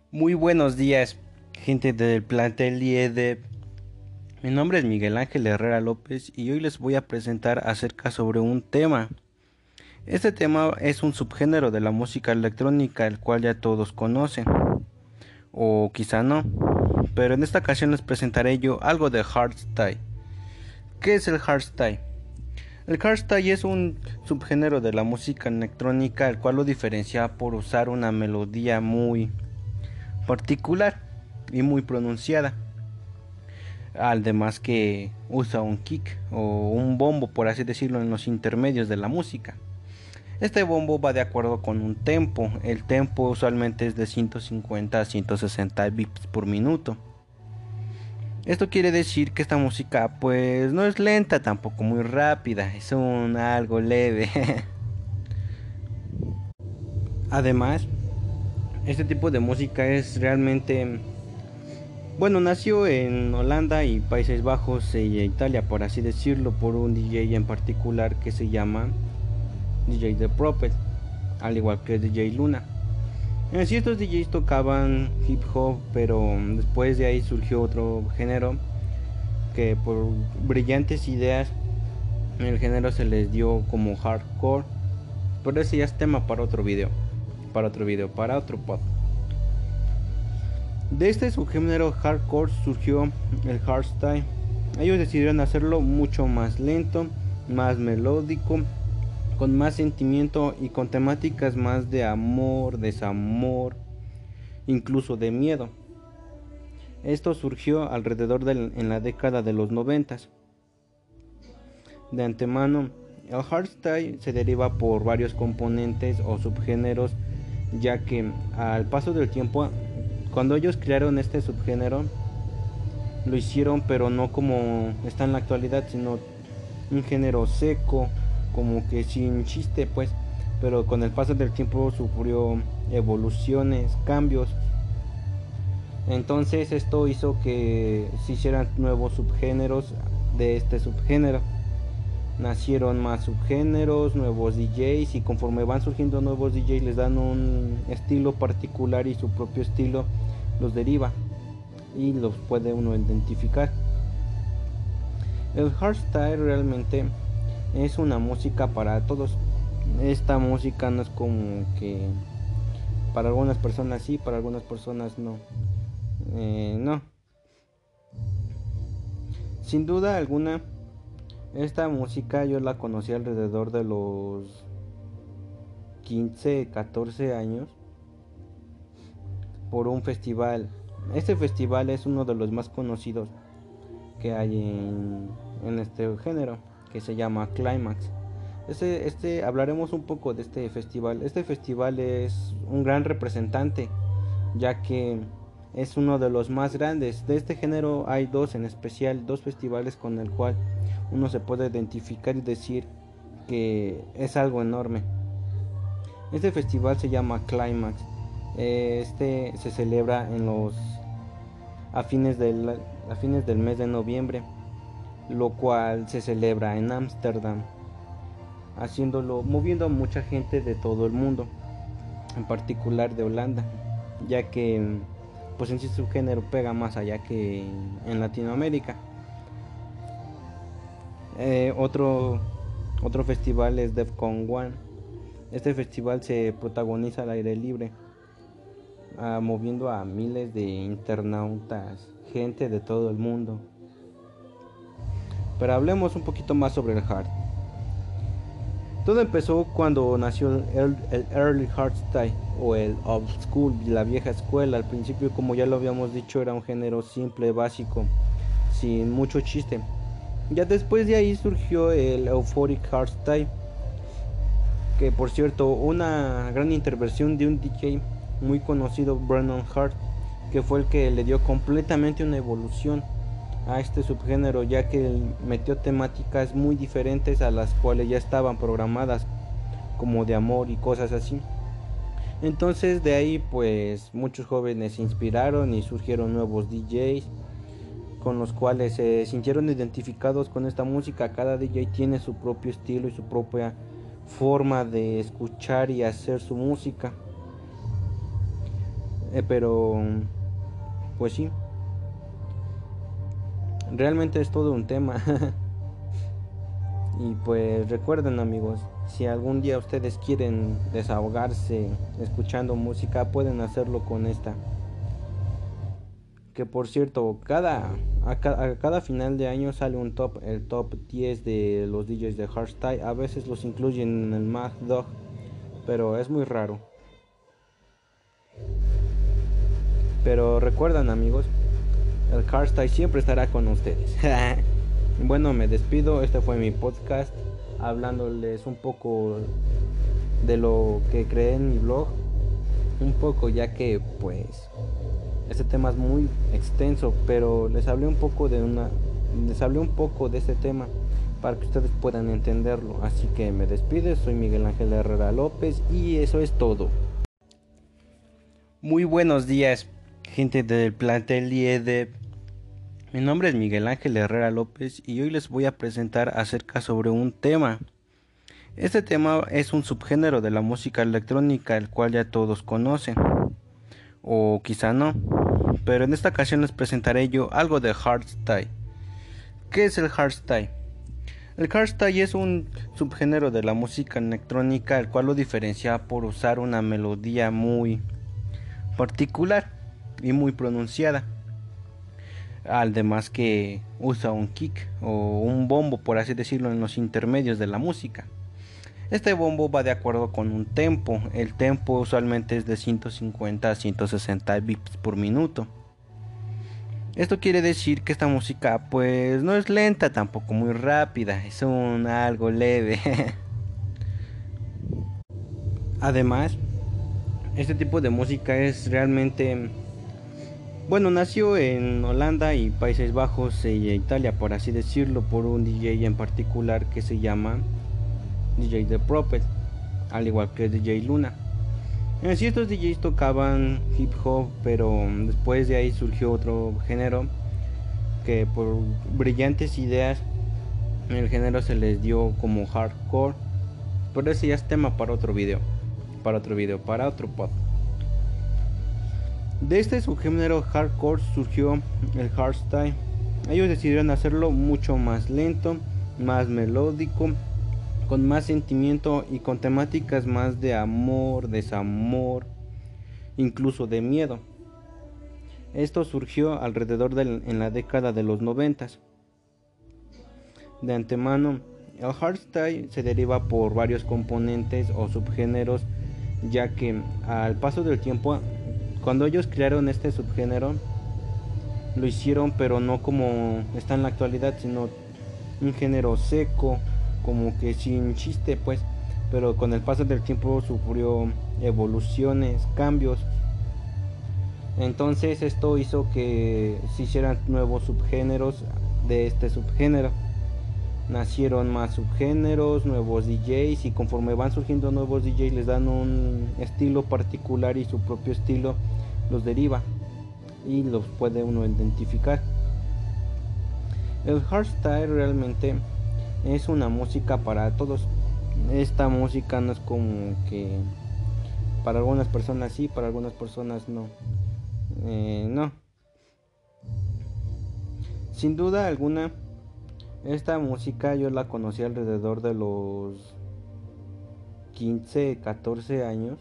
Muy buenos días, gente del plantel IED. Mi nombre es Miguel Ángel Herrera López y hoy les voy a presentar acerca sobre un tema. Este tema es un subgénero de la música electrónica, el cual ya todos conocen, o quizá no, pero en esta ocasión les presentaré yo algo de hardstyle. ¿Qué es el hardstyle? El hardstyle es un subgénero de la música electrónica, el cual lo diferencia por usar una melodía muy particular y muy pronunciada. Además que usa un kick o un bombo, por así decirlo, en los intermedios de la música. Este bombo va de acuerdo con un tempo. El tempo usualmente es de 150 a 160 bits por minuto. Esto quiere decir que esta música pues no es lenta, tampoco muy rápida, es un algo leve. Además, este tipo de música es realmente bueno, nació en Holanda y Países Bajos e Italia, por así decirlo, por un DJ en particular que se llama DJ The Prophet, al igual que DJ Luna. En sí, estos DJs tocaban hip hop, pero después de ahí surgió otro género que por brillantes ideas el género se les dio como hardcore, pero ese ya es tema para otro video, para otro pod. De este subgénero hardcore surgió el hardstyle. Ellos decidieron hacerlo mucho más lento, más melódico, con más sentimiento y con temáticas más de amor, desamor, incluso de miedo. Esto surgió en la década de los 90. De antemano, el hardstyle se deriva por varios componentes o subgéneros, ya que al paso del tiempo, cuando ellos crearon este subgénero, lo hicieron pero no como está en la actualidad, sino un género seco, como que sin chiste pues, pero con el paso del tiempo sufrió evoluciones, cambios. Entonces esto hizo que se hicieran nuevos subgéneros de este subgénero. Nacieron más subgéneros, nuevos DJs, y conforme van surgiendo nuevos DJs les dan un estilo particular y su propio estilo los deriva y los puede uno identificar. El hardstyle realmente es una música para todos. Esta música no es como que para algunas personas sí, para algunas personas no. No. Sin duda alguna, esta música yo la conocí alrededor de los 15, 14 años por un festival. Este festival es uno de los más conocidos que hay en este género, que se llama Climax. Hablaremos un poco de este festival. Este festival es un gran representante, ya que es uno de los más grandes. De este género hay dos en especial, dos festivales con el cual uno se puede identificar y decir que es algo enorme. Este festival se llama Climax. Este se celebra a fines del mes de noviembre, lo cual se celebra en Ámsterdam, moviendo a mucha gente de todo el mundo, en particular de Holanda, ya que pues en sí su género pega más allá que en Latinoamérica. Otro festival es Defcon One. Este festival se protagoniza al aire libre, moviendo a miles de internautas, gente de todo el mundo. Pero hablemos un poquito más sobre el hard. Todo empezó cuando nació el early hardstyle o el old school, la vieja escuela. Al principio, como ya lo habíamos dicho, era un género simple, básico, sin mucho chiste. Ya después de ahí surgió el euphoric hardstyle, que por cierto, una gran intervención de un DJ muy conocido, Brennan Hart, que fue el que le dio completamente una evolución a este subgénero, ya que él metió temáticas muy diferentes a las cuales ya estaban programadas, como de amor y cosas así. Entonces de ahí pues muchos jóvenes se inspiraron y surgieron nuevos DJs con los cuales se sintieron identificados con esta música. Cada DJ tiene su propio estilo y su propia forma de escuchar y hacer su música. Pero pues sí, realmente es todo un tema. Y pues recuerden, amigos, si algún día ustedes quieren desahogarse escuchando música, pueden hacerlo con esta. Que por cierto, a cada final de año sale un top, el top 10 de los DJs de hardstyle. A veces los incluyen en el Mad Dog, pero es muy raro. Pero recuerdan, amigos, el hardstyle siempre estará con ustedes. Bueno, me despido. Este fue mi podcast, hablándoles un poco de lo que creé en mi blog. Un poco, ya que pues este tema es muy extenso, pero les hablé un poco de este tema para que ustedes puedan entenderlo. Así que me despido. Soy Miguel Ángel Herrera López y eso es todo. Muy buenos días, gente del plantel IED. Mi nombre es Miguel Ángel Herrera López y hoy les voy a presentar acerca sobre un tema. Este tema es un subgénero de la música electrónica, el cual ya todos conocen, o quizá no, pero en esta ocasión les presentaré yo algo de hardstyle. ¿Qué es el hardstyle? El hardstyle es un subgénero de la música electrónica, el cual lo diferencia por usar una melodía muy particular y muy pronunciada. Además que usa un kick o un bombo, por así decirlo, en los intermedios de la música. Este bombo va de acuerdo con un tempo. El tempo usualmente es de 150 a 160 bits por minuto. Esto quiere decir que esta música pues no es lenta, tampoco muy rápida, es algo leve. Además, este tipo de música es realmente, bueno, nació en Holanda y Países Bajos e Italia, por así decirlo, por un DJ en particular que se llama DJ The Prophet, al igual que DJ Luna. En sí, estos DJs tocaban hip hop, pero después de ahí surgió otro género que por brillantes ideas el género se les dio como hardcore, pero ese ya es tema para otro video, para otro pod. De este subgénero hardcore surgió el hardstyle. Ellos decidieron hacerlo mucho más lento, más melódico, con más sentimiento y con temáticas más de amor, desamor, incluso de miedo. Esto surgió alrededor en la década de los 90. De antemano, el hardstyle se deriva por varios componentes o subgéneros, ya que al paso del tiempo, cuando ellos crearon este subgénero, lo hicieron pero no como está en la actualidad, sino un género seco, como que sin chiste pues, pero con el paso del tiempo sufrió evoluciones, cambios. Entonces esto hizo que se hicieran nuevos subgéneros de este subgénero. Nacieron más subgéneros, nuevos DJs, y conforme van surgiendo nuevos DJs les dan un estilo particular y su propio estilo los deriva y los puede uno identificar. El hardstyle realmente es una música para todos. Esta música no es como que para algunas personas sí, para algunas personas no. No. Sin duda alguna, esta música yo la conocí alrededor de los 15, 14 años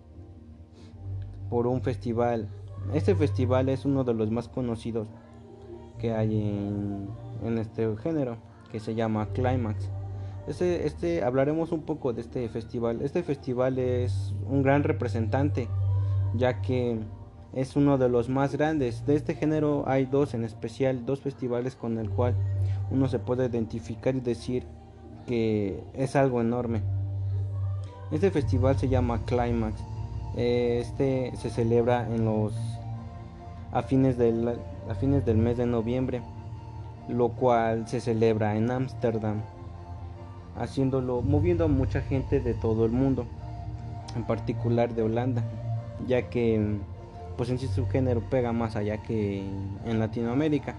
por un festival. Este festival es uno de los más conocidos que hay en este género, que se llama Climax. Hablaremos un poco de este festival. Este festival es un gran representante, ya que es uno de los más grandes. De este género hay dos en especial, dos festivales con el cual uno se puede identificar y decir que es algo enorme. Este festival se llama Climax. Se celebra a fines del mes de noviembre, lo cual se celebra en Ámsterdam, moviendo a mucha gente de todo el mundo, en particular de Holanda, ya que pues en sí su género pega más allá que en Latinoamérica.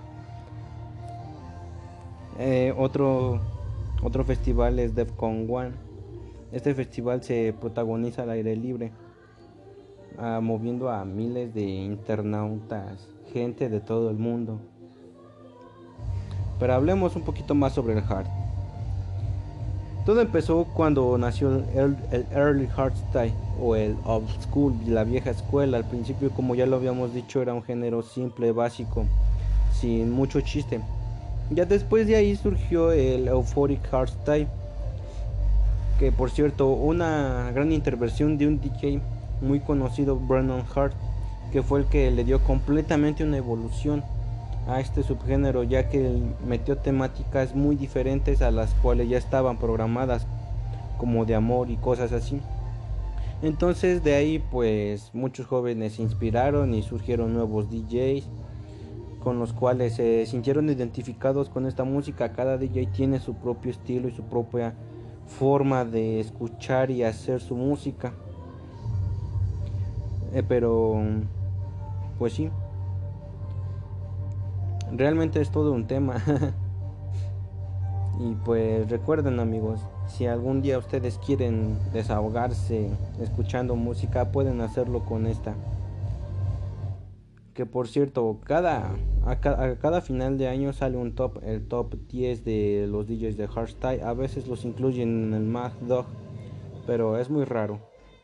Otro festival es DEFCON 1. Este festival se protagoniza al aire libre. moviendo a miles de internautas, gente de todo el mundo. Pero hablemos un poquito más sobre el hard. Todo empezó cuando nació el early hardstyle o el old school, la vieja escuela. Al principio, como ya lo habíamos dicho, era un género simple, básico, sin mucho chiste. Ya después de ahí surgió el euphoric hardstyle, que por cierto, una gran intervención de un DJ muy conocido, Brennan Hart, que fue el que le dio completamente una evolución a este subgénero, ya que metió temáticas muy diferentes a las cuales ya estaban programadas, como de amor y cosas así. Entonces de ahí pues muchos jóvenes se inspiraron y surgieron nuevos DJs con los cuales se sintieron identificados con esta música. Cada DJ tiene su propio estilo y su propia forma de escuchar y hacer su música. Pero pues sí, realmente es todo un tema. Y pues recuerden, amigos, si algún día ustedes quieren desahogarse escuchando música, pueden hacerlo con esta. Que por cierto, a cada final de año sale un top, el top 10 de los DJs de hardstyle. A veces los incluyen en el Mad Dog, pero es muy raro.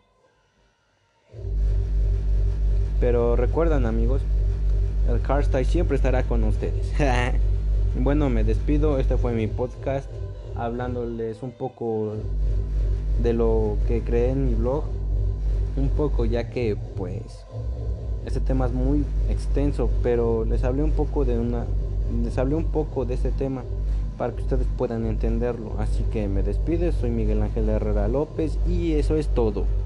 Pero recuerdan, amigos, el hardstyle siempre estará con ustedes. Bueno, me despido. Este fue mi podcast, hablándoles un poco de lo que creé en mi blog. Un poco, ya que pues este tema es muy extenso, pero les hablé un poco de este tema para que ustedes puedan entenderlo. Así que me despido. Soy Miguel Ángel Herrera López y eso es todo.